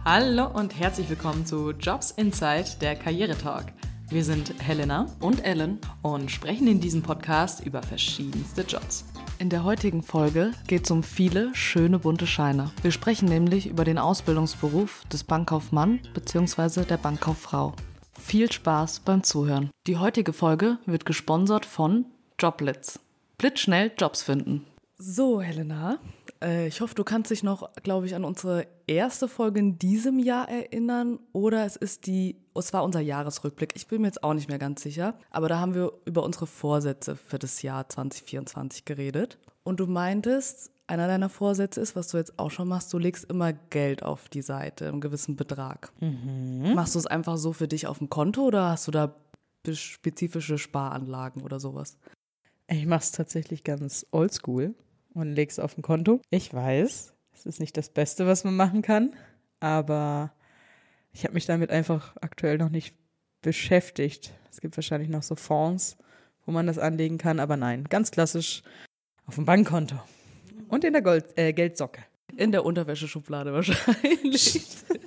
Hallo und herzlich willkommen zu Jobs Inside, der Karrieretalk. Wir sind Helena und Ellen und sprechen in diesem Podcast über verschiedenste Jobs. In der heutigen Folge geht es um viele schöne bunte Scheine. Wir sprechen nämlich über den Ausbildungsberuf des Bankkaufmann bzw. der Bankkauffrau. Viel Spaß beim Zuhören. Die heutige Folge wird gesponsert von Jobblitz. Blitzschnell Jobs finden. So, Helena, ich hoffe, du kannst dich noch, glaube ich, an unsere erste Folge in diesem Jahr erinnern. Oder es war unser Jahresrückblick. Ich bin mir jetzt auch nicht mehr ganz sicher. Aber da haben wir über unsere Vorsätze für das Jahr 2024 geredet. Und du meintest, einer deiner Vorsätze ist, was du jetzt auch schon machst, du legst immer Geld auf die Seite, einen gewissen Betrag. Machst du es einfach so für dich auf dem Konto oder hast du da spezifische Sparanlagen oder sowas? Ich mache es tatsächlich ganz oldschool und lege es auf ein Konto. Ich weiß, es ist nicht das Beste, was man machen kann, aber ich habe mich damit einfach aktuell noch nicht beschäftigt. Es gibt wahrscheinlich noch so Fonds, wo man das anlegen kann, aber nein, ganz klassisch auf dem Bankkonto und in der Geldsocke. In der Unterwäscheschublade wahrscheinlich.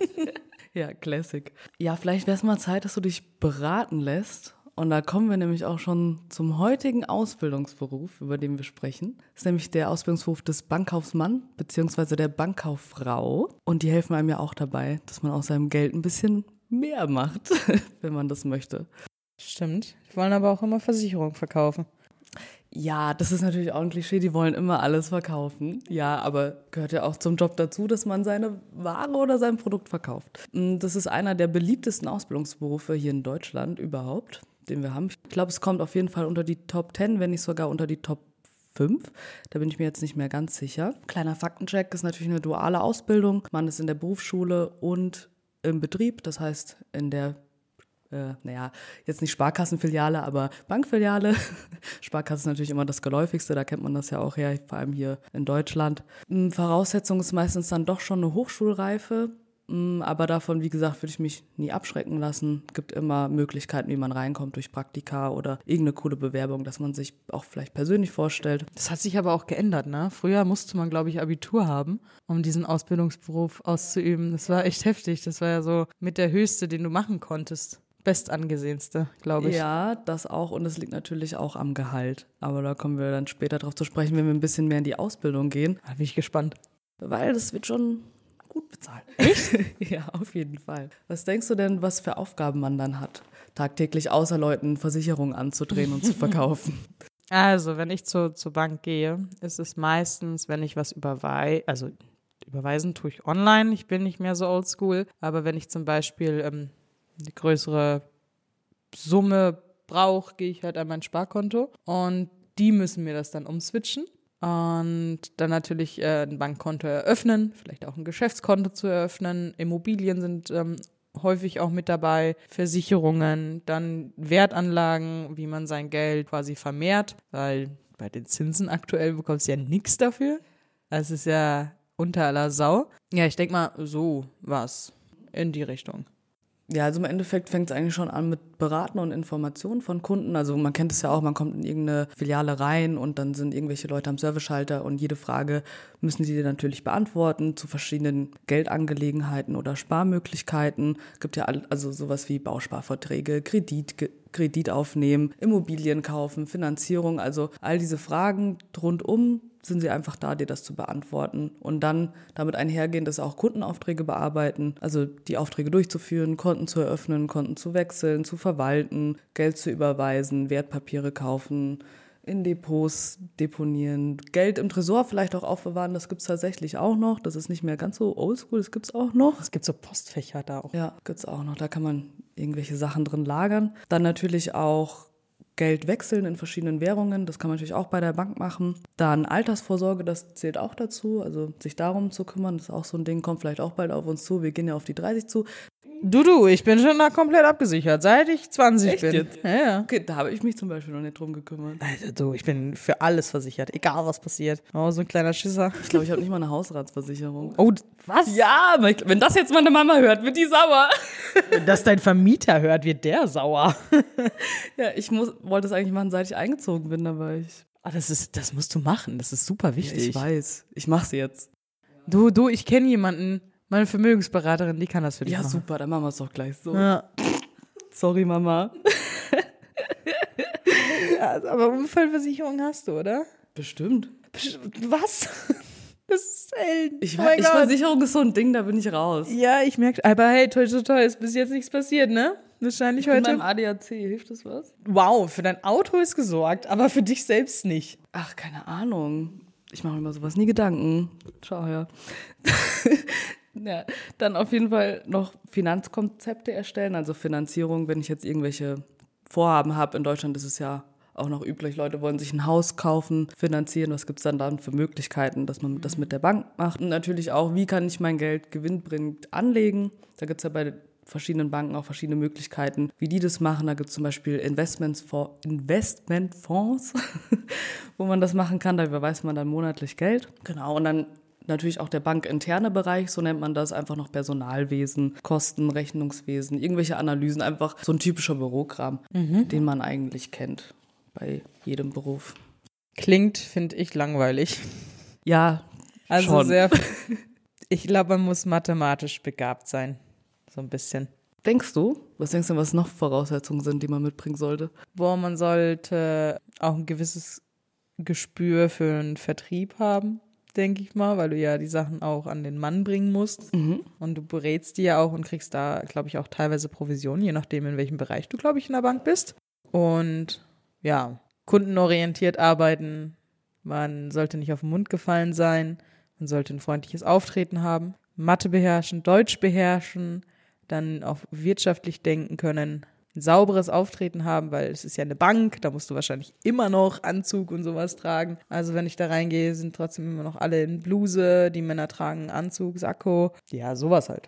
Ja, Classic. Ja, vielleicht wäre es mal Zeit, dass du dich beraten lässt. Und da kommen wir nämlich auch schon zum heutigen Ausbildungsberuf, über den wir sprechen. Das ist nämlich der Ausbildungsberuf des Bankkaufmann bzw. der Bankkauffrau. Und die helfen einem ja auch dabei, dass man aus seinem Geld ein bisschen mehr macht, wenn man das möchte. Stimmt. Die wollen aber auch immer Versicherungen verkaufen. Ja, das ist natürlich auch ein Klischee, die wollen immer alles verkaufen. Ja, aber gehört ja auch zum Job dazu, dass man seine Ware oder sein Produkt verkauft. Das ist einer der beliebtesten Ausbildungsberufe hier in Deutschland überhaupt, den wir haben. Ich glaube, es kommt auf jeden Fall unter die Top 10, wenn nicht sogar unter die Top 5. Da bin ich mir jetzt nicht mehr ganz sicher. Kleiner Faktencheck, ist natürlich eine duale Ausbildung. Man ist in der Berufsschule und im Betrieb, das heißt in der jetzt nicht Sparkassenfiliale, aber Bankfiliale. Sparkasse ist natürlich immer das Geläufigste, da kennt man das ja auch her, vor allem hier in Deutschland. Voraussetzung ist meistens dann doch schon eine Hochschulreife, aber davon, wie gesagt, würde ich mich nie abschrecken lassen. Es gibt immer Möglichkeiten, wie man reinkommt durch Praktika oder irgendeine coole Bewerbung, dass man sich auch vielleicht persönlich vorstellt. Das hat sich aber auch geändert, ne? Früher musste man, glaube ich, Abitur haben, um diesen Ausbildungsberuf auszuüben. Das war echt heftig. Das war ja so mit der höchste, den du machen konntest. Bestangesehenste, glaube ich. Ja, das auch und es liegt natürlich auch am Gehalt. Aber da kommen wir dann später drauf zu sprechen, wenn wir ein bisschen mehr in die Ausbildung gehen. Da bin ich gespannt. Weil das wird schon gut bezahlt. Echt? Ja, auf jeden Fall. Was denkst du denn, was für Aufgaben man dann hat, tagtäglich außer Leuten Versicherungen anzudrehen und zu verkaufen? Also, wenn ich zur Bank gehe, ist es meistens, wenn ich was überweisen tue ich online. Ich bin nicht mehr so oldschool. Aber wenn ich zum Beispiel eine größere Summe brauche, gehe ich halt an mein Sparkonto und die müssen mir das dann umswitchen und dann natürlich ein Bankkonto eröffnen, vielleicht auch ein Geschäftskonto zu eröffnen. Immobilien sind häufig auch mit dabei, Versicherungen, dann Wertanlagen, wie man sein Geld quasi vermehrt, weil bei den Zinsen aktuell bekommst du ja nichts dafür. Das ist ja unter aller Sau. Ja, ich denke mal, so was in die Richtung. Ja, also im Endeffekt fängt es eigentlich schon an mit Beraten und Informationen von Kunden. Also man kennt es ja auch, man kommt in irgendeine Filiale rein und dann sind irgendwelche Leute am Serviceschalter und jede Frage müssen sie dir natürlich beantworten zu verschiedenen Geldangelegenheiten oder Sparmöglichkeiten. Es gibt ja also sowas wie Bausparverträge, Kredit aufnehmen, Immobilien kaufen, Finanzierung. Also all diese Fragen rundum sind sie einfach da, dir das zu beantworten und dann damit einhergehend, dass auch Kundenaufträge bearbeiten, also die Aufträge durchzuführen, Konten zu eröffnen, Konten zu wechseln, zu verwalten, Geld zu überweisen, Wertpapiere kaufen, in Depots deponieren, Geld im Tresor vielleicht auch aufbewahren, das gibt's tatsächlich auch noch, das ist nicht mehr ganz so oldschool, das gibt's auch noch. Es gibt so Postfächer da auch. Ja, gibt's auch noch, da kann man irgendwelche Sachen drin lagern. Dann natürlich auch Geld wechseln in verschiedenen Währungen, das kann man natürlich auch bei der Bank machen. Dann Altersvorsorge, das zählt auch dazu, also sich darum zu kümmern, das ist auch so ein Ding, kommt vielleicht auch bald auf uns zu, wir gehen ja auf die 30 zu. Ich bin schon da komplett abgesichert, seit ich 20 bin. Jetzt? Ja. Okay, da habe ich mich zum Beispiel noch nicht drum gekümmert. Also ich bin für alles versichert, egal was passiert. Oh, so ein kleiner Schisser. Ich glaube, ich habe nicht mal eine Hausratsversicherung. Oh, was? Ja, wenn das jetzt meine Mama hört, wird die sauer. Wenn das dein Vermieter hört, wird der sauer. Ja, wollte das eigentlich machen, seit ich eingezogen bin, da war ich. Das musst du machen, das ist super wichtig. Ja, ich weiß, ich mache es jetzt. Ich kenne jemanden, Meine Vermögensberaterin, die kann das für dich Ja, machen. super, dann machen wir es doch gleich so. Ja. Sorry, Mama. Ja, aber Unfallversicherung hast du, oder? Bestimmt. Was? Das ist selten. Versicherung ist so ein Ding, da bin ich raus. Ja, ich merke, aber hey, toi, toi, toi, ist bis jetzt nichts passiert, ne? Wahrscheinlich Mit heute. meinem ADAC, hilft das was? Wow, für dein Auto ist gesorgt, aber für dich selbst nicht. Ach, keine Ahnung. Ich mache mir über sowas nie Gedanken. Schau her. Ja, dann auf jeden Fall noch Finanzkonzepte erstellen, also Finanzierung, wenn ich jetzt irgendwelche Vorhaben habe. In Deutschland ist es ja auch noch üblich, Leute wollen sich ein Haus kaufen, finanzieren. Was gibt es dann für Möglichkeiten, dass man das mit der Bank macht? Und natürlich auch, wie kann ich mein Geld gewinnbringend anlegen? Da gibt es ja bei verschiedenen Banken auch verschiedene Möglichkeiten, wie die das machen. Da gibt es zum Beispiel Investmentfonds, wo man das machen kann. Da überweist man dann monatlich Geld. Genau, und dann natürlich auch der bankinterne Bereich, so nennt man das, einfach noch Personalwesen, Kosten, Rechnungswesen, irgendwelche Analysen, einfach so ein typischer Bürokram, den man eigentlich kennt bei jedem Beruf. Klingt, finde ich, langweilig. Ja, Also schon. Ich glaube, man muss mathematisch begabt sein. So ein bisschen. Denkst du? Was denkst du, was noch Voraussetzungen sind, die man mitbringen sollte? Boah, man sollte auch ein gewisses Gespür für einen Vertrieb haben, denke ich mal, weil du ja die Sachen auch an den Mann bringen musst. Und du berätst die ja auch und kriegst da, glaube ich, auch teilweise Provisionen, je nachdem, in welchem Bereich du, glaube ich, in der Bank bist. Und ja, kundenorientiert arbeiten. Man sollte nicht auf den Mund gefallen sein. Man sollte ein freundliches Auftreten haben. Mathe beherrschen, Deutsch beherrschen, dann auch wirtschaftlich denken können, ein sauberes Auftreten haben, weil es ist ja eine Bank, da musst du wahrscheinlich immer noch Anzug und sowas tragen. Also wenn ich da reingehe, sind trotzdem immer noch alle in Bluse, die Männer tragen Anzug, Sakko, ja, sowas halt.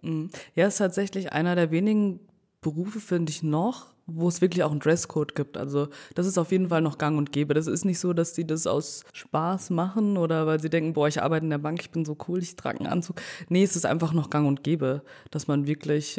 Ja, ist tatsächlich einer der wenigen Berufe, finde ich noch, wo es wirklich auch einen Dresscode gibt. Also das ist auf jeden Fall noch gang und gäbe. Das ist nicht so, dass die das aus Spaß machen oder weil sie denken, boah, ich arbeite in der Bank, ich bin so cool, ich trage einen Anzug. Nee, es ist einfach noch gang und gäbe, dass man wirklich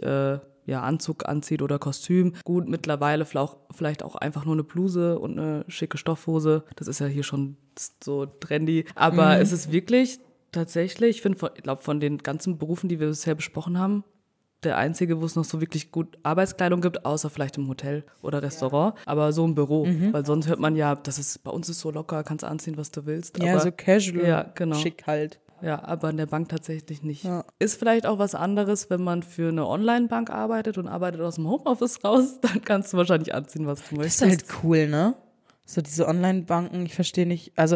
Anzug anzieht oder Kostüm. Gut, mittlerweile vielleicht auch einfach nur eine Bluse und eine schicke Stoffhose. Das ist ja hier schon so trendy. Aber es ist wirklich tatsächlich, ich glaube, von den ganzen Berufen, die wir bisher besprochen haben, der einzige, wo es noch so wirklich gut Arbeitskleidung gibt, außer vielleicht im Hotel oder Restaurant, aber so im Büro, weil sonst hört man ja, bei uns ist so locker, kannst anziehen, was du willst. Ja, aber, so casual, ja, genau. Schick halt. Ja, aber in der Bank tatsächlich nicht. Ja. Ist vielleicht auch was anderes, wenn man für eine Online-Bank arbeitet und arbeitet aus dem Homeoffice raus, dann kannst du wahrscheinlich anziehen, was du Das möchtest. ist halt cool, ne? So diese Online-Banken, ich verstehe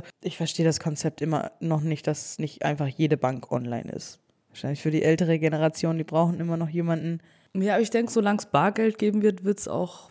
das Konzept immer noch nicht, dass nicht einfach jede Bank online ist. Wahrscheinlich für die ältere Generation, die brauchen immer noch jemanden. Ja, aber ich denke, solange es Bargeld geben wird, wird's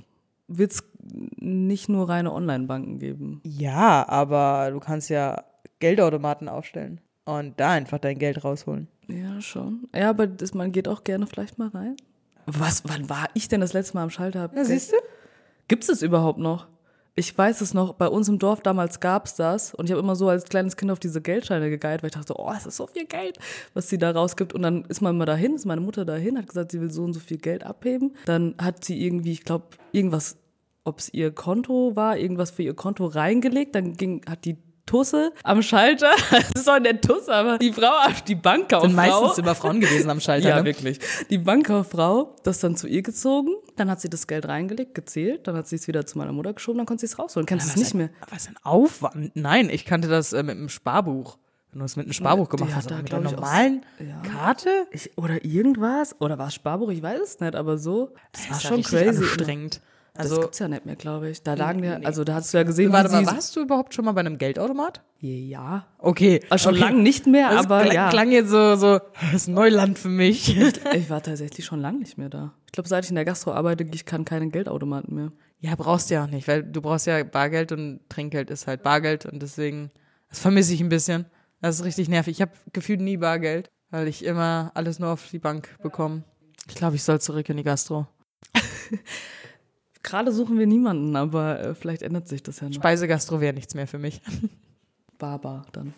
nicht nur reine Online-Banken geben. Ja, aber du kannst ja Geldautomaten aufstellen und da einfach dein Geld rausholen. Ja, schon. Ja, aber man geht auch gerne vielleicht mal rein. Wann war ich denn das letzte Mal am Schalter? Ja, siehst du? Gibt es das überhaupt noch? Ich weiß es noch, bei uns im Dorf damals gab es das und ich habe immer so als kleines Kind auf diese Geldscheine gegeilt, weil ich dachte, oh, es ist so viel Geld, was sie da rausgibt. Und dann ist man immer dahin, ist meine Mutter dahin, hat gesagt, sie will so und so viel Geld abheben. Dann hat sie irgendwie, ich glaube, irgendwas, ob es ihr Konto war, irgendwas für ihr Konto reingelegt. Dann hat die Tusse am Schalter, das ist auch der Tusse, aber die Frau, die Bankkauffrau. Sind meistens immer Frauen gewesen am Schalter. Ja, ne? wirklich. Die Bankkauffrau, das dann zu ihr gezogen, dann hat sie das Geld reingelegt, gezählt, dann hat sie es wieder zu meiner Mutter geschoben, dann konnte sie es rausholen. Kennst du es nicht mehr? Was ein Aufwand. Nein, ich kannte das mit einem Sparbuch. Wenn du es mit einem Sparbuch gemacht hast, aber mit einer normalen Karte? Oder irgendwas? Oder war es Sparbuch? Ich weiß es nicht, aber so. Das war ist ja schon richtig crazy. anstrengend. Das Also, gibt's ja nicht mehr, glaube ich. Da lagen ja, also da hast du ja gesehen, warte wie mal, sie... warst du überhaupt schon mal bei einem Geldautomat? Ja. Okay. Also schon okay. lange nicht mehr, Das aber ja. klang jetzt so, das ist Neuland für mich. Ich war tatsächlich schon lange nicht mehr da. Ich glaube, seit ich in der Gastro arbeite, ich kann keinen Geldautomaten mehr. Ja, brauchst du ja auch nicht, weil du brauchst ja Bargeld und Trinkgeld ist halt Bargeld und deswegen, das vermisse ich ein bisschen. Das ist richtig nervig. Ich habe gefühlt nie Bargeld, weil ich immer alles nur auf die Bank bekomme. Ich glaube, ich soll zurück in die Gastro. Gerade suchen wir niemanden, aber vielleicht ändert sich das ja noch. Speisegastro wäre nichts mehr für mich. Barbar dann.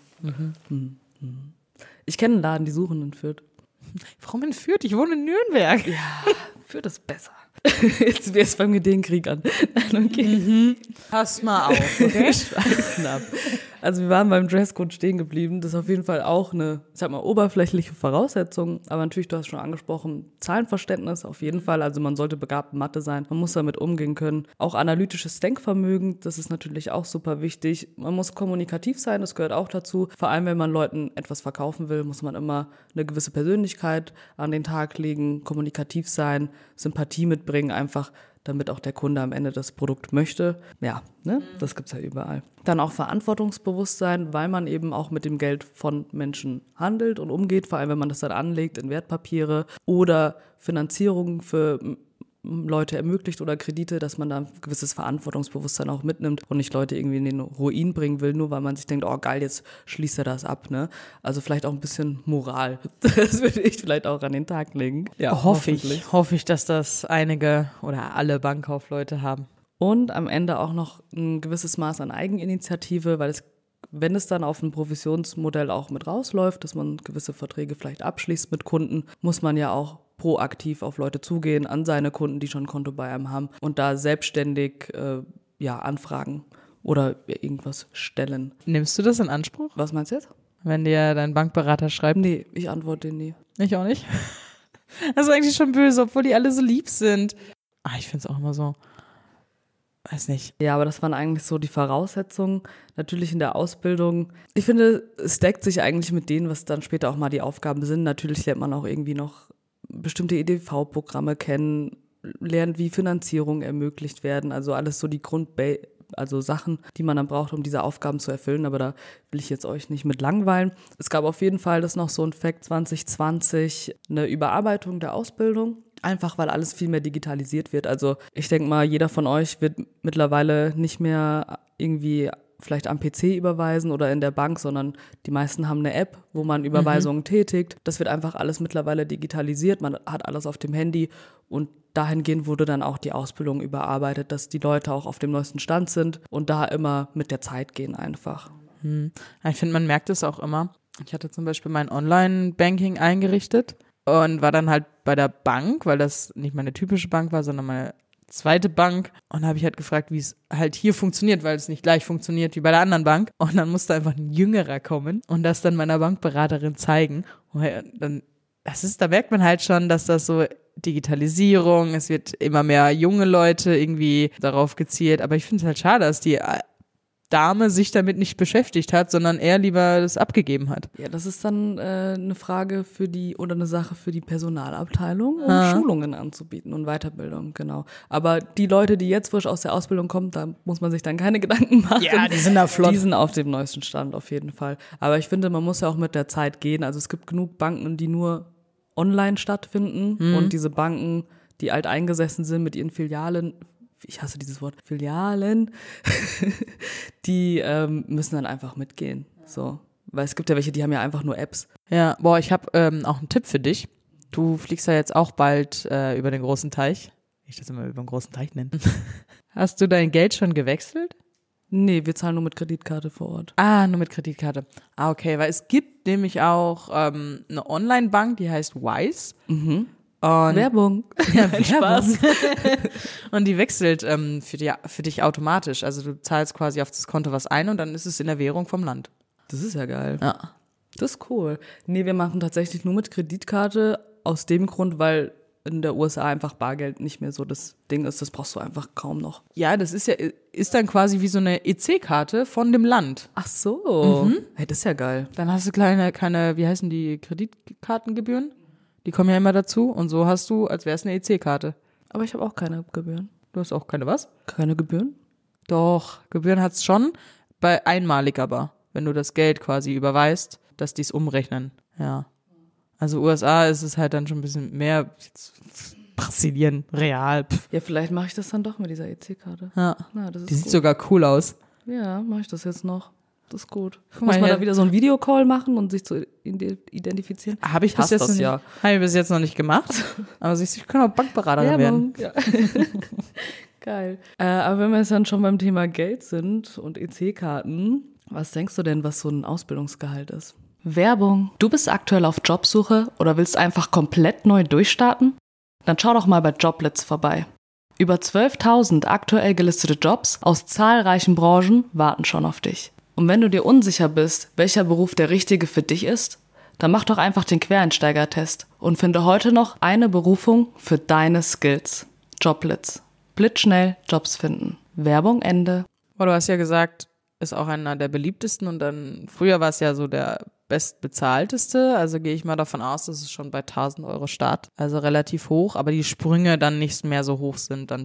Ich kenne einen Laden, die suchen in Fürth. Warum in Fürth? Ich wohne in Nürnberg. Ja, Fürth ist besser. Jetzt wäre es beim Ideenkrieg an. Nein, okay. Pass mal auf, okay? Schweifen ab. Also wir waren beim Dresscode stehen geblieben. Das ist auf jeden Fall auch eine, ich sag mal, oberflächliche Voraussetzung. Aber natürlich, du hast schon angesprochen, Zahlenverständnis auf jeden Fall. Also man sollte begabt in Mathe sein. Man muss damit umgehen können. Auch analytisches Denkvermögen, das ist natürlich auch super wichtig. Man muss kommunikativ sein, das gehört auch dazu. Vor allem, wenn man Leuten etwas verkaufen will, muss man immer eine gewisse Persönlichkeit an den Tag legen, kommunikativ sein, Sympathie mitbringen, einfach damit auch der Kunde am Ende das Produkt möchte. Ja, ne? Das gibt's ja überall. Dann auch Verantwortungsbewusstsein, weil man eben auch mit dem Geld von Menschen handelt und umgeht, vor allem wenn man das dann anlegt in Wertpapiere oder Finanzierung für Leute ermöglicht oder Kredite, dass man da ein gewisses Verantwortungsbewusstsein auch mitnimmt und nicht Leute irgendwie in den Ruin bringen will, nur weil man sich denkt, oh geil, jetzt schließt er das ab, ne? Also vielleicht auch ein bisschen Moral. Das würde ich vielleicht auch an den Tag legen. Ja, hoffe ich, dass das einige oder alle Bankkaufleute haben. Und am Ende auch noch ein gewisses Maß an Eigeninitiative, weil wenn es dann auf ein Provisionsmodell auch mit rausläuft, dass man gewisse Verträge vielleicht abschließt mit Kunden, muss man ja auch proaktiv auf Leute zugehen, an seine Kunden, die schon ein Konto bei einem haben und da selbstständig anfragen oder irgendwas stellen. Nimmst du das in Anspruch? Was meinst du jetzt? Wenn dir dein Bankberater schreibt? Nee, ich antworte den nie. Ich auch nicht. Das ist eigentlich schon böse, obwohl die alle so lieb sind. Ich finde es auch immer so, weiß nicht. Ja, aber das waren eigentlich so die Voraussetzungen. Natürlich in der Ausbildung. Ich finde, es deckt sich eigentlich mit denen, was dann später auch mal die Aufgaben sind. Natürlich lernt man auch irgendwie noch bestimmte EDV-Programme kennen, lernt, wie Finanzierung ermöglicht werden. Also alles so die Sachen, die man dann braucht, um diese Aufgaben zu erfüllen. Aber da will ich jetzt euch nicht mit langweilen. Es gab auf jeden Fall, das ist noch so ein Fact, 2020 eine Überarbeitung der Ausbildung. Einfach, weil alles viel mehr digitalisiert wird. Also ich denke mal, jeder von euch wird mittlerweile nicht mehr irgendwie vielleicht am PC überweisen oder in der Bank, sondern die meisten haben eine App, wo man Überweisungen tätigt. Das wird einfach alles mittlerweile digitalisiert. Man hat alles auf dem Handy und dahingehend wurde dann auch die Ausbildung überarbeitet, dass die Leute auch auf dem neuesten Stand sind und da immer mit der Zeit gehen einfach. Ich finde, man merkt es auch immer. Ich hatte zum Beispiel mein Online-Banking eingerichtet und war dann halt bei der Bank, weil das nicht meine typische Bank war, sondern meine zweite Bank, und habe ich halt gefragt, wie es halt hier funktioniert, weil es nicht gleich funktioniert wie bei der anderen Bank, und dann musste einfach ein Jüngerer kommen und das dann meiner Bankberaterin zeigen, und dann, da merkt man halt schon, dass das so Digitalisierung, es wird immer mehr junge Leute irgendwie darauf gezielt, aber ich finde es halt schade, dass die Dame sich damit nicht beschäftigt hat, sondern eher lieber das abgegeben hat. Ja, das ist dann eine Frage oder eine Sache für die Personalabteilung, um Schulungen anzubieten und Weiterbildung, genau. Aber die Leute, die jetzt frisch aus der Ausbildung kommen, da muss man sich dann keine Gedanken machen. Ja, die sind da flott. Die sind auf dem neuesten Stand auf jeden Fall. Aber ich finde, man muss ja auch mit der Zeit gehen. Also es gibt genug Banken, die nur online stattfinden und diese Banken, die alteingesessen sind mit ihren Filialen, ich hasse dieses Wort, Filialen, die müssen dann einfach mitgehen. So. Weil es gibt ja welche, die haben ja einfach nur Apps. Ja, ich habe auch einen Tipp für dich. Du fliegst ja jetzt auch bald über den großen Teich. Ich das immer über den großen Teich nennen. Hast du dein Geld schon gewechselt? Nee, wir zahlen nur mit Kreditkarte vor Ort. Nur mit Kreditkarte. Okay, weil es gibt nämlich auch eine Online-Bank, die heißt Wise. Und Werbung. Ja, Spaß. Und die wechselt für dich automatisch. Also du zahlst quasi auf das Konto was ein und dann ist es in der Währung vom Land. Das ist ja geil. Ja. Das ist cool. Nee, wir machen tatsächlich nur mit Kreditkarte aus dem Grund, weil in der USA einfach Bargeld nicht mehr so das Ding ist. Das brauchst du einfach kaum noch. Ja, das ist dann quasi wie so eine EC-Karte von dem Land. Ach so. Hey, das ist ja geil. Dann hast du keine, wie heißen die, Kreditkartengebühren? Die kommen ja immer dazu und so hast du, als wäre es eine EC-Karte. Aber ich habe auch keine Gebühren. Du hast auch keine was? Keine Gebühren? Doch, Gebühren hat's schon, einmalig aber, wenn du das Geld quasi überweist, dass die es umrechnen. Ja. Also USA ist es halt dann schon ein bisschen mehr, Brasilien, real. Ja, vielleicht mache ich das dann doch mit dieser EC-Karte. Ja, das ist die sieht sogar cool aus. Ja, mache ich das jetzt noch. Das ist gut. Muss man da wieder so einen Videocall machen und sich zu identifizieren? Habe ich bis jetzt noch nicht gemacht. Aber ich kann auch Bankberaterin werden. Ja. Geil. Aber wenn wir jetzt dann schon beim Thema Geld sind und EC-Karten, was denkst du denn, was so ein Ausbildungsgehalt ist? Werbung. Du bist aktuell auf Jobsuche oder willst einfach komplett neu durchstarten? Dann schau doch mal bei Jobblitz vorbei. Über 12.000 aktuell gelistete Jobs aus zahlreichen Branchen warten schon auf dich. Und wenn du dir unsicher bist, welcher Beruf der richtige für dich ist, dann mach doch einfach den Quereinsteiger-Test und finde heute noch eine Berufung für deine Skills. Jobblitz. Blitzschnell Jobs finden. Werbung Ende. Oh, du hast ja gesagt, ist auch einer der beliebtesten und dann, früher war es ja so der bestbezahlteste, also gehe ich mal davon aus, dass es schon bei 1.000 Euro Start, also relativ hoch, aber die Sprünge dann nicht mehr so hoch sind, dann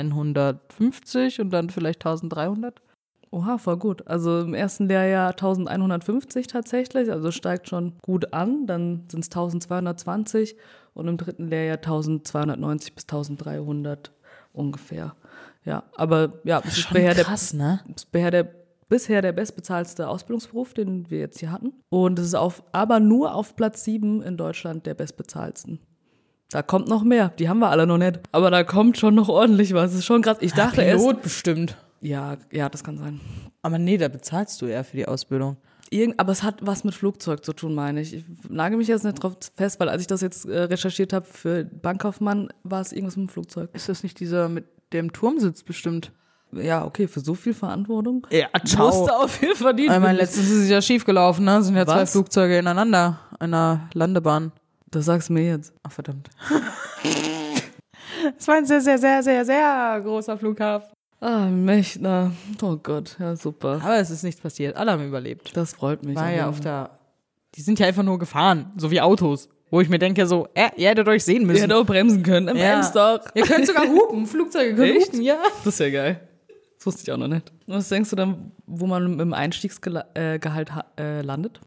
1.150 und dann vielleicht 1.300. Oha, voll gut. Also im ersten Lehrjahr 1.150 tatsächlich, also steigt schon gut an, dann sind es 1.220 und im dritten Lehrjahr 1.290 bis 1.300 ungefähr. Ja, aber ja, es ist Krass, ne? bisher der bestbezahlste Ausbildungsberuf, den wir jetzt hier hatten. Und es ist aber nur auf Platz 7 in Deutschland der bestbezahlsten. Da kommt noch mehr, die haben wir alle noch nicht. Aber da kommt schon noch ordentlich was, das ist schon krass. Ich dachte Pilot bestimmt. Ja, das kann sein. Aber nee, da bezahlst du eher für die Ausbildung. Aber es hat was mit Flugzeug zu tun, meine ich. Ich nagel mich jetzt nicht drauf fest, weil als ich das jetzt recherchiert habe für Bankkaufmann, war es irgendwas mit dem Flugzeug. Ist das nicht dieser mit dem Turmsitz bestimmt? Ja, okay, für so viel Verantwortung. Ja, ciao. Musst du auch viel verdienen. Ich meine, letztens ist es ja schief gelaufen, ne? Sind ja Was? 2 Flugzeuge ineinander, einer Landebahn. Das sagst du mir jetzt. Ach, verdammt. Es war ein sehr, sehr, sehr, sehr, sehr großer Flughafen. Ah, Mechner. Oh Gott, ja, super. Aber es ist nichts passiert. Alle haben überlebt. Das freut mich. War ja die sind ja einfach nur gefahren, so wie Autos. Wo ich mir denke so, ihr hättet euch sehen müssen. Ihr hättet auch bremsen können. Bremst doch. Ihr könnt sogar hupen. Flugzeuge können Echt? hupen, ja. Das ist ja geil. Das wusste ich auch noch nicht. Und was denkst du dann, wo man mit dem Einstiegsgehalt landet?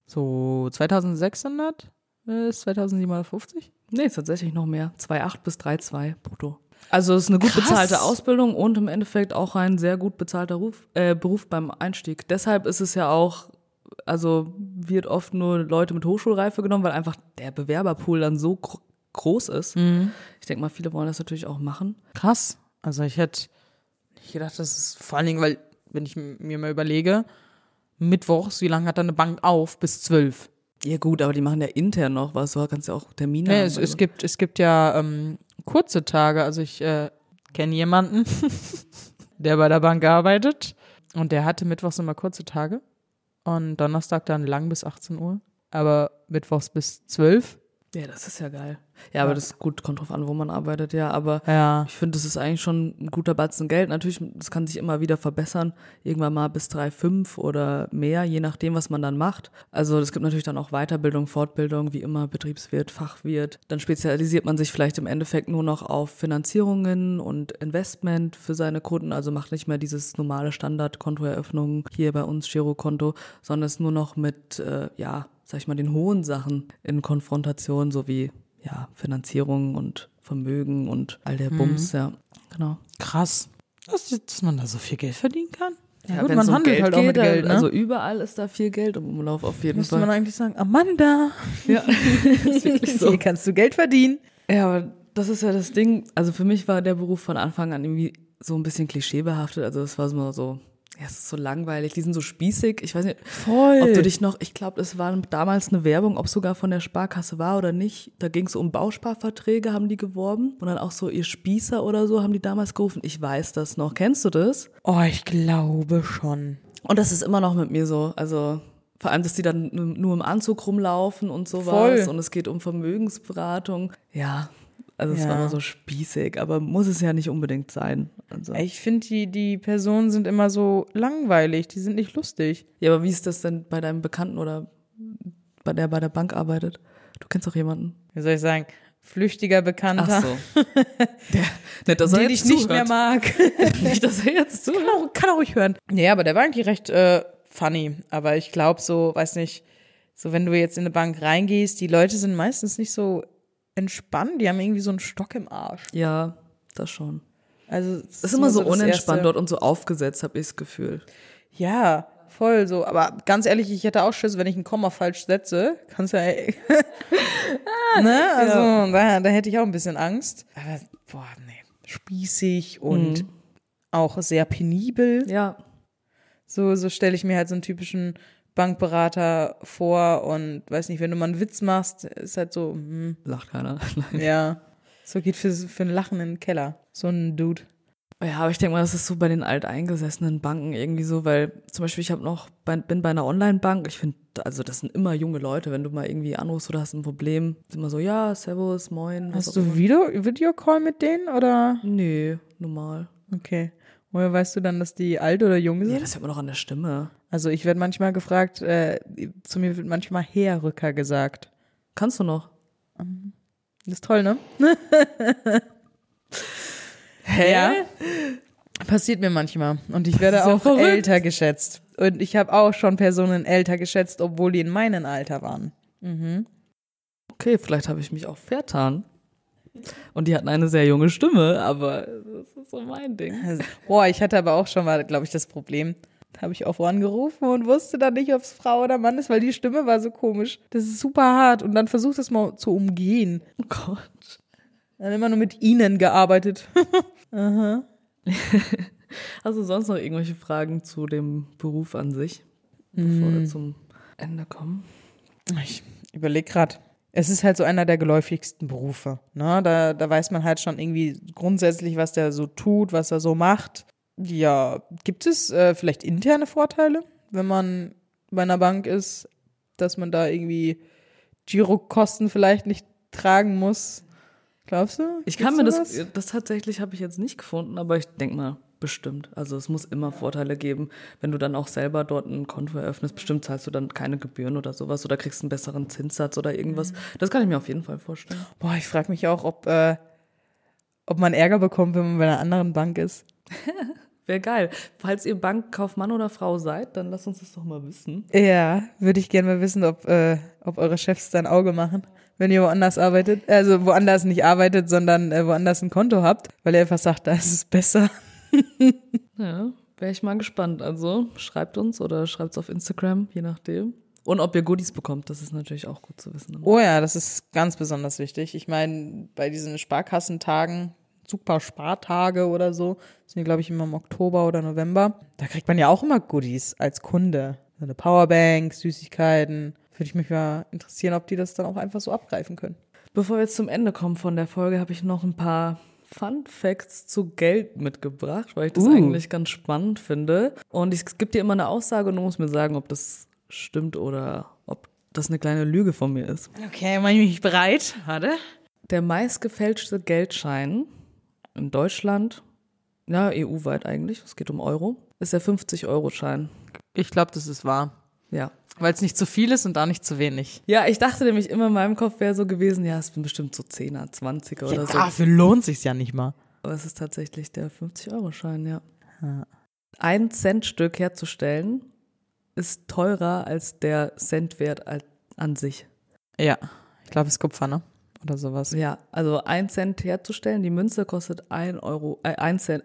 So 2.600 bis 2.750? Nee, ist tatsächlich noch mehr. 2,8 bis 3,2 brutto. Also es ist eine gut Krass. bezahlte Ausbildung und im Endeffekt auch ein sehr gut bezahlter Beruf beim Einstieg. Deshalb ist es ja auch, also wird oft nur Leute mit Hochschulreife genommen, weil einfach der Bewerberpool dann so groß ist. Mhm. Ich denke mal, viele wollen das natürlich auch machen. Krass. Also ich hätte nicht gedacht, das ist vor allen Dingen, weil, wenn ich mir mal überlege, mittwochs, wie lange hat da eine Bank auf? Bis 12. Ja gut, aber die machen ja intern noch was. Du kannst ja auch Termine Ja, haben. es gibt ja kurze Tage. Also ich kenne jemanden, der bei der Bank arbeitet und der hatte mittwochs immer kurze Tage und Donnerstag dann lang bis 18 Uhr, aber mittwochs bis 12. Ja, das ist ja geil. Ja, aber das ist gut, kommt drauf an, wo man arbeitet, ja. Aber Ja. ich finde, das ist eigentlich schon ein guter Batzen Geld. Natürlich, das kann sich immer wieder verbessern. Irgendwann mal bis 3,5 oder mehr, je nachdem, was man dann macht. Also es gibt natürlich dann auch Weiterbildung, Fortbildung, wie immer, Betriebswirt, Fachwirt. Dann spezialisiert man sich vielleicht im Endeffekt nur noch auf Finanzierungen und Investment für seine Kunden. Also macht nicht mehr dieses normale Standardkontoeröffnung hier bei uns, Girokonto, sondern ist nur noch mit, sag ich mal, den hohen Sachen in Konfrontation, so wie Finanzierung und Vermögen und all der Bums, ja, genau. Krass. Dass man da so viel Geld verdienen kann. Ja, gut, wenn man es um handelt Geld halt auch mit geht, Geld, ne? Also überall ist da viel Geld im Umlauf auf jeden Müsste man Fall. eigentlich sagen, Amanda, Ja, ist wirklich so. hier kannst du Geld verdienen. Ja, aber das ist ja das Ding. Also für mich war der Beruf von Anfang an irgendwie so ein bisschen klischeebehaftet. Also es war so, es ist so langweilig, die sind so spießig. Ich weiß nicht, Voll. ob du dich noch, ich glaube, es war damals eine Werbung, ob sogar von der Sparkasse war oder nicht. Da ging es um Bausparverträge, haben die geworben. Und dann auch so ihr Spießer oder so haben die damals gerufen. Ich weiß das noch. Kennst du das? Oh, ich glaube schon. Und das ist immer noch mit mir so. Also vor allem, dass die dann nur im Anzug rumlaufen und sowas. Voll. Und es geht um Vermögensberatung. Ja, also es Ja. war immer so spießig, aber muss es ja nicht unbedingt sein. Also. Ich finde, die Personen sind immer so langweilig, die sind nicht lustig. Ja, aber wie ist das denn bei deinem Bekannten oder bei der Bank arbeitet? Du kennst doch jemanden. Wie soll ich sagen? Flüchtiger Bekannter, Ach so. Nicht, dass er den jetzt ich nicht zuhört. mehr mag. Nicht, dass er jetzt zuhört. Kann er ruhig hören. Ja, aber der war eigentlich recht funny. Aber ich glaube so, weiß nicht, so wenn du jetzt in eine Bank reingehst, die Leute sind meistens nicht so entspannt. Die haben irgendwie so einen Stock im Arsch. Ja, das schon. Also Es ist immer so das unentspannt Erste. dort und so aufgesetzt, habe ich das Gefühl. Ja, voll so. Aber ganz ehrlich, ich hätte auch Schiss, wenn ich ein Komma falsch setze. Kannst ja, ne? Also da hätte ich auch ein bisschen Angst. Aber boah, nee, spießig und auch sehr penibel. Ja. So stelle ich mir halt so einen typischen Bankberater vor und weiß nicht, wenn du mal einen Witz machst, ist halt so, Lacht keiner. Nein. ja, so geht für ein Lachen in den Keller. So ein Dude. Ja, aber ich denke mal, das ist so bei den alteingesessenen Banken irgendwie so, weil zum Beispiel bin bei einer Online-Bank, ich finde, also das sind immer junge Leute, wenn du mal irgendwie anrufst oder hast ein Problem, ist immer so, ja, servus, moin. Hast du Videocall mit denen oder? Nee, normal. Okay. Woher weißt du dann, dass die alt oder jung sind? Ja, das hört man doch an der Stimme. Also ich werde manchmal gefragt, zu mir wird manchmal Herrücker gesagt. Kannst du noch? Das ist toll, ne? Hä? Ja. Passiert mir manchmal. Und ich werde auch verrückt. älter geschätzt. Und ich habe auch schon Personen älter geschätzt, obwohl die in meinem Alter waren. Okay, vielleicht habe ich mich auch vertan. Und die hatten eine sehr junge Stimme, aber das ist so mein Ding. Boah, ich hatte aber auch schon mal, glaube ich, das Problem. Da habe ich auch angerufen und wusste dann nicht, ob es Frau oder Mann ist, weil die Stimme war so komisch. Das ist super hart. Und dann versucht es mal zu umgehen. Oh Gott. Dann immer nur mit ihnen gearbeitet. Hast du sonst noch irgendwelche Fragen zu dem Beruf an sich, bevor wir zum Ende kommen? Ich überlege gerade. Es ist halt so einer der geläufigsten Berufe. Ne? Da weiß man halt schon irgendwie grundsätzlich, was der so tut, was er so macht. Ja, gibt es vielleicht interne Vorteile, wenn man bei einer Bank ist, dass man da irgendwie Girokosten vielleicht nicht tragen muss? Glaubst du? Ich kann mir das tatsächlich habe ich jetzt nicht gefunden, aber ich denke mal, bestimmt. Also es muss immer Vorteile geben, wenn du dann auch selber dort ein Konto eröffnest. Bestimmt zahlst du dann keine Gebühren oder sowas oder kriegst einen besseren Zinssatz oder irgendwas. Das kann ich mir auf jeden Fall vorstellen. Boah, ich frage mich auch, ob man Ärger bekommt, wenn man bei einer anderen Bank ist. Wäre geil. Falls ihr Bankkaufmann oder Frau seid, dann lasst uns das doch mal wissen. Ja, würde ich gerne mal wissen, ob eure Chefs da ein Auge machen, wenn ihr woanders arbeitet. Also woanders nicht arbeitet, sondern woanders ein Konto habt, weil ihr einfach sagt, da ist es besser. Ja, wäre ich mal gespannt. Also schreibt uns oder schreibt es auf Instagram, je nachdem. Und ob ihr Goodies bekommt, das ist natürlich auch gut zu wissen. Oh ja, das ist ganz besonders wichtig. Ich meine, bei diesen Sparkassentagen, super Spartage oder so, sind die, glaube ich, immer im Oktober oder November. Da kriegt man ja auch immer Goodies als Kunde. So eine Powerbank, Süßigkeiten. Würde ich mich mal interessieren, ob die das dann auch einfach so abgreifen können. Bevor wir jetzt zum Ende kommen von der Folge, habe ich noch ein paar Fun Facts zu Geld mitgebracht, weil ich das eigentlich ganz spannend finde. Und es gibt dir immer eine Aussage und du musst mir sagen, ob das stimmt oder ob das eine kleine Lüge von mir ist. Okay, mach ich mich bereit. Warte. Der meistgefälschte Geldschein in Deutschland, ja, EU-weit eigentlich, es geht um Euro, ist der 50-Euro-Schein. Ich glaube, das ist wahr. Ja. Weil es nicht zu viel ist und auch nicht zu wenig. Ja, ich dachte nämlich immer in meinem Kopf wäre so gewesen, ja, es sind bestimmt so 10er, 20er oder so. Dafür lohnt sich's ja nicht mal. Aber es ist tatsächlich der 50-Euro-Schein, ja. 1 Cent-Stück herzustellen ist teurer als der Centwert an sich. Ja, ich glaube, es ist Kupfer, ne? Oder sowas. Ja, also 1 Cent herzustellen, die Münze kostet 1 Cent,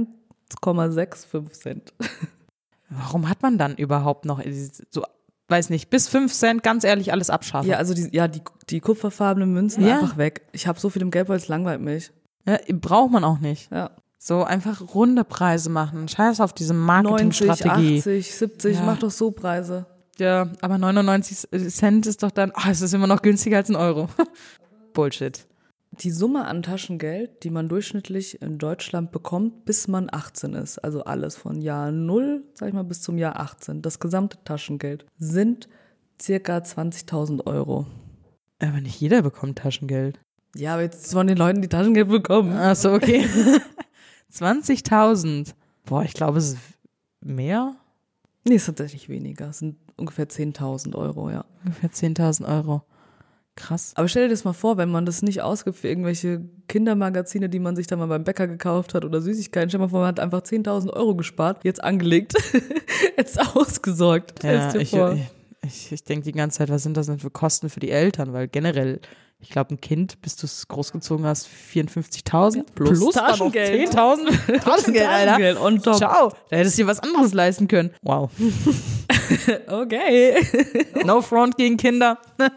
1,65 Cent. Warum hat man dann überhaupt noch so, weiß nicht, bis 5 Cent, ganz ehrlich, alles abschaffen? Ja, also die kupferfarbenen Münzen einfach weg. Ich habe so viel im Geldbeutel, es langweilt mich. Ja, braucht man auch nicht. Ja. So einfach runde Preise machen. Scheiß auf diese 90, Marketingstrategie. 80, 70, Ja. mach doch so Preise. Ja, aber 99 Cent ist doch dann, es ist immer noch günstiger als 1 Euro. Bullshit. Die Summe an Taschengeld, die man durchschnittlich in Deutschland bekommt, bis man 18 ist, also alles von Jahr 0, sag ich mal, bis zum Jahr 18, das gesamte Taschengeld, sind circa 20.000 Euro. Aber nicht jeder bekommt Taschengeld. Ja, aber jetzt von den Leuten, die Taschengeld bekommen. Ach so, okay. 20.000. Boah, ich glaube, es ist mehr. Nee, es ist tatsächlich weniger. Es sind ungefähr 10.000 Euro, ja. Ungefähr 10.000 Euro. Krass. Aber stell dir das mal vor, wenn man das nicht ausgibt für irgendwelche Kindermagazine, die man sich da mal beim Bäcker gekauft hat oder Süßigkeiten. Stell dir mal vor, man hat einfach 10.000 Euro gespart, jetzt angelegt, jetzt ausgesorgt. Ja, Stell's dir vor. ich denke die ganze Zeit, was sind das denn für Kosten für die Eltern? Weil generell, ich glaube, ein Kind, bis du es großgezogen hast, 54.000 plus dann noch Taschengeld. 10.000 Taschengeld, Alter. Taschengeld on top. Ciao, da hättest du dir was anderes leisten können. Wow. Okay. No front gegen Kinder.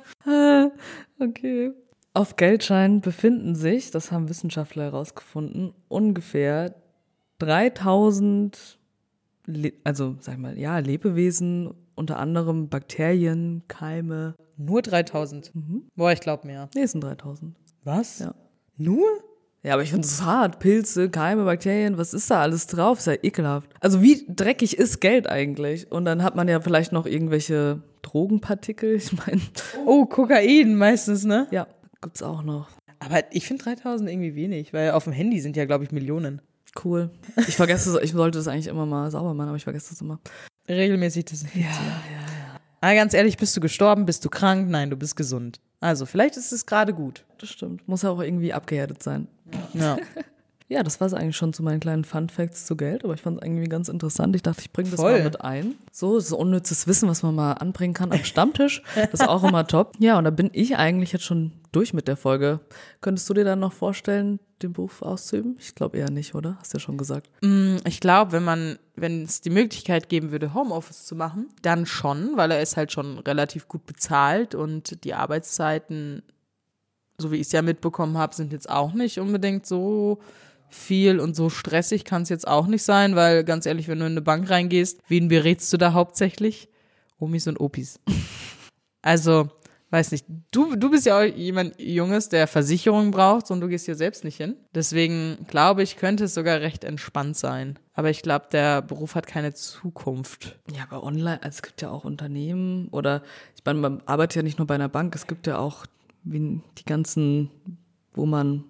Okay. Auf Geldscheinen befinden sich, das haben Wissenschaftler herausgefunden, ungefähr 3.000, also sag ich mal, ja, Lebewesen, unter anderem Bakterien, Keime. Nur 3.000. Boah, ich glaube mehr. Nee, es sind 3.000. Was? Ja. Nur? Ja, aber ich finde es hart. Pilze, Keime, Bakterien, was ist da alles drauf? Ist ja ekelhaft. Also wie dreckig ist Geld eigentlich? Und dann hat man ja vielleicht noch irgendwelche Drogenpartikel. Ich meine. Oh, Kokain meistens, ne? Ja, gibt's auch noch. Aber ich finde 3.000 irgendwie wenig, weil auf dem Handy sind ja, glaube ich, Millionen. Cool. Ich vergesse es, ich sollte das eigentlich immer mal sauber machen, aber ich vergesse das immer. Regelmäßig desinfizieren. Aber ganz ehrlich, bist du gestorben, bist du krank? Nein, du bist gesund. Also, vielleicht ist es gerade gut. Das stimmt. Muss ja auch irgendwie abgehärtet sein. Ja. Ja, das war es eigentlich schon zu meinen kleinen Fun-Facts zu Geld, aber ich fand es irgendwie ganz interessant. Ich dachte, ich bringe das Voll. mal mit ein. So, das ist unnützes Wissen, was man mal anbringen kann am Stammtisch. Das ist auch immer top. Ja, und da bin ich eigentlich jetzt schon durch mit der Folge. Könntest du dir dann noch vorstellen, den Beruf auszuüben? Ich glaube eher nicht, oder? Hast du ja schon gesagt. Ich glaube, wenn es die Möglichkeit geben würde, Homeoffice zu machen, dann schon, weil er ist halt schon relativ gut bezahlt und die Arbeitszeiten, so wie ich es ja mitbekommen habe, sind jetzt auch nicht unbedingt so viel und so stressig kann es jetzt auch nicht sein, weil ganz ehrlich, wenn du in eine Bank reingehst, wen berätst du da hauptsächlich? Omis und Opis. Also, weiß nicht, du bist ja auch jemand Junges, der Versicherung braucht und du gehst hier selbst nicht hin. Deswegen glaube ich, könnte es sogar recht entspannt sein. Aber ich glaube, der Beruf hat keine Zukunft. Ja, aber online, also es gibt ja auch Unternehmen oder ich meine, man arbeitet ja nicht nur bei einer Bank, es gibt ja auch wie die ganzen, wo man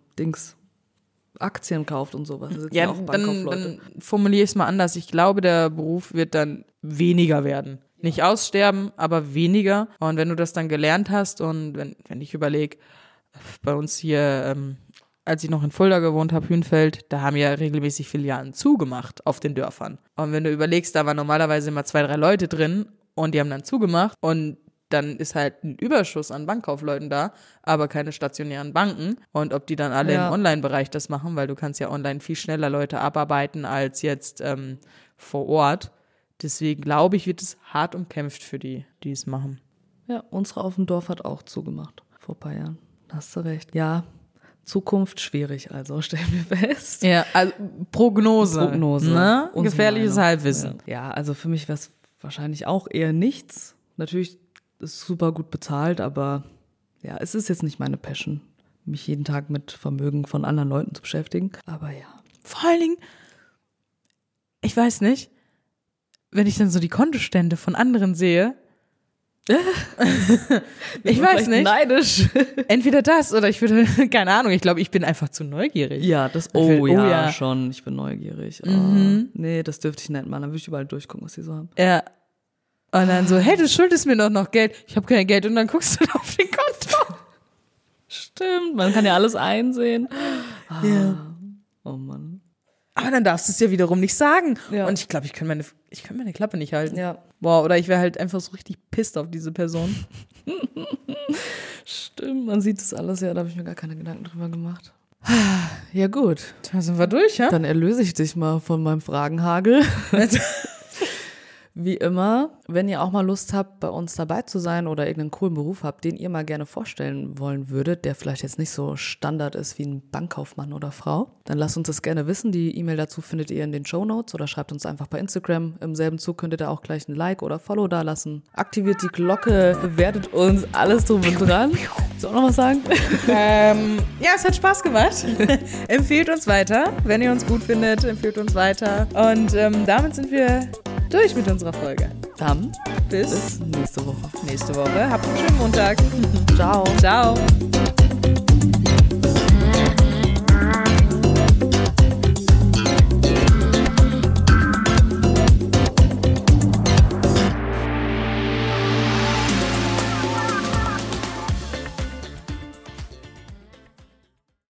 Aktien kauft und sowas. Das Ja, auch dann formuliere ich es mal anders. Ich glaube, der Beruf wird dann weniger werden. Nicht aussterben, aber weniger. Und wenn du das dann gelernt hast und wenn ich überlege, bei uns hier, als ich noch in Fulda gewohnt habe, Hünfeld, da haben ja regelmäßig Filialen zugemacht auf den Dörfern. Und wenn du überlegst, da waren normalerweise immer 2, 3 Leute drin und die haben dann zugemacht und dann ist halt ein Überschuss an Bankkaufleuten da, aber keine stationären Banken. Und ob die dann alle im Online-Bereich das machen, weil du kannst ja online viel schneller Leute abarbeiten als jetzt vor Ort. Deswegen glaube ich, wird es hart umkämpft für die es machen. Ja, unsere auf dem Dorf hat auch zugemacht vor ein paar Jahren. Hast du recht. Ja, Zukunft schwierig, also stellen wir fest. Ja, also Prognose. Ne? Unsere Gefährliches Meinung. Halbwissen. Ja, also für mich wäre es wahrscheinlich auch eher nichts. Natürlich ist es super gut bezahlt, aber ja, es ist jetzt nicht meine Passion, mich jeden Tag mit Vermögen von anderen Leuten zu beschäftigen. Aber ja. Vor allen Dingen, ich weiß nicht, wenn ich dann so die Kontostände von anderen sehe, ich weiß nicht. Neidisch. Entweder das oder ich würde, keine Ahnung, ich glaube, ich bin einfach zu neugierig. Ja, schon. Ich bin neugierig. Oh, nee, das dürfte ich nicht machen. Dann würde ich überall durchgucken, was die so haben. Ja. Und dann so, hey, du schuldest mir doch noch Geld. Ich habe kein Geld. Und dann guckst du auf den Konto. Stimmt, man kann ja alles einsehen. Ja. Oh Mann. Aber dann darfst du es ja wiederum nicht sagen. Ja. Und ich glaube, ich könnte meine Klappe nicht halten. Ja. Boah, oder ich wäre halt einfach so richtig pisst auf diese Person. Stimmt, man sieht das alles, ja, da habe ich mir gar keine Gedanken drüber gemacht. Ja gut, Da sind wir durch, ja? dann erlöse ich dich mal von meinem Fragenhagel. Wie immer, wenn ihr auch mal Lust habt, bei uns dabei zu sein oder irgendeinen coolen Beruf habt, den ihr mal gerne vorstellen wollen würdet, der vielleicht jetzt nicht so Standard ist wie ein Bankkaufmann oder Frau, dann lasst uns das gerne wissen. Die E-Mail dazu findet ihr in den Shownotes oder schreibt uns einfach bei Instagram. Im selben Zug könnt ihr da auch gleich ein Like oder Follow da lassen. Aktiviert die Glocke, bewertet uns, alles drum und dran. Willst du auch noch was sagen? Ja, es hat Spaß gemacht. Empfehlt uns weiter. Wenn ihr uns gut findet, empfehlt uns weiter. Und damit sind wir durch mit unserer Folge. Dann Bis nächste Woche. nächste Woche. Habt einen schönen Montag. Ciao. Ciao.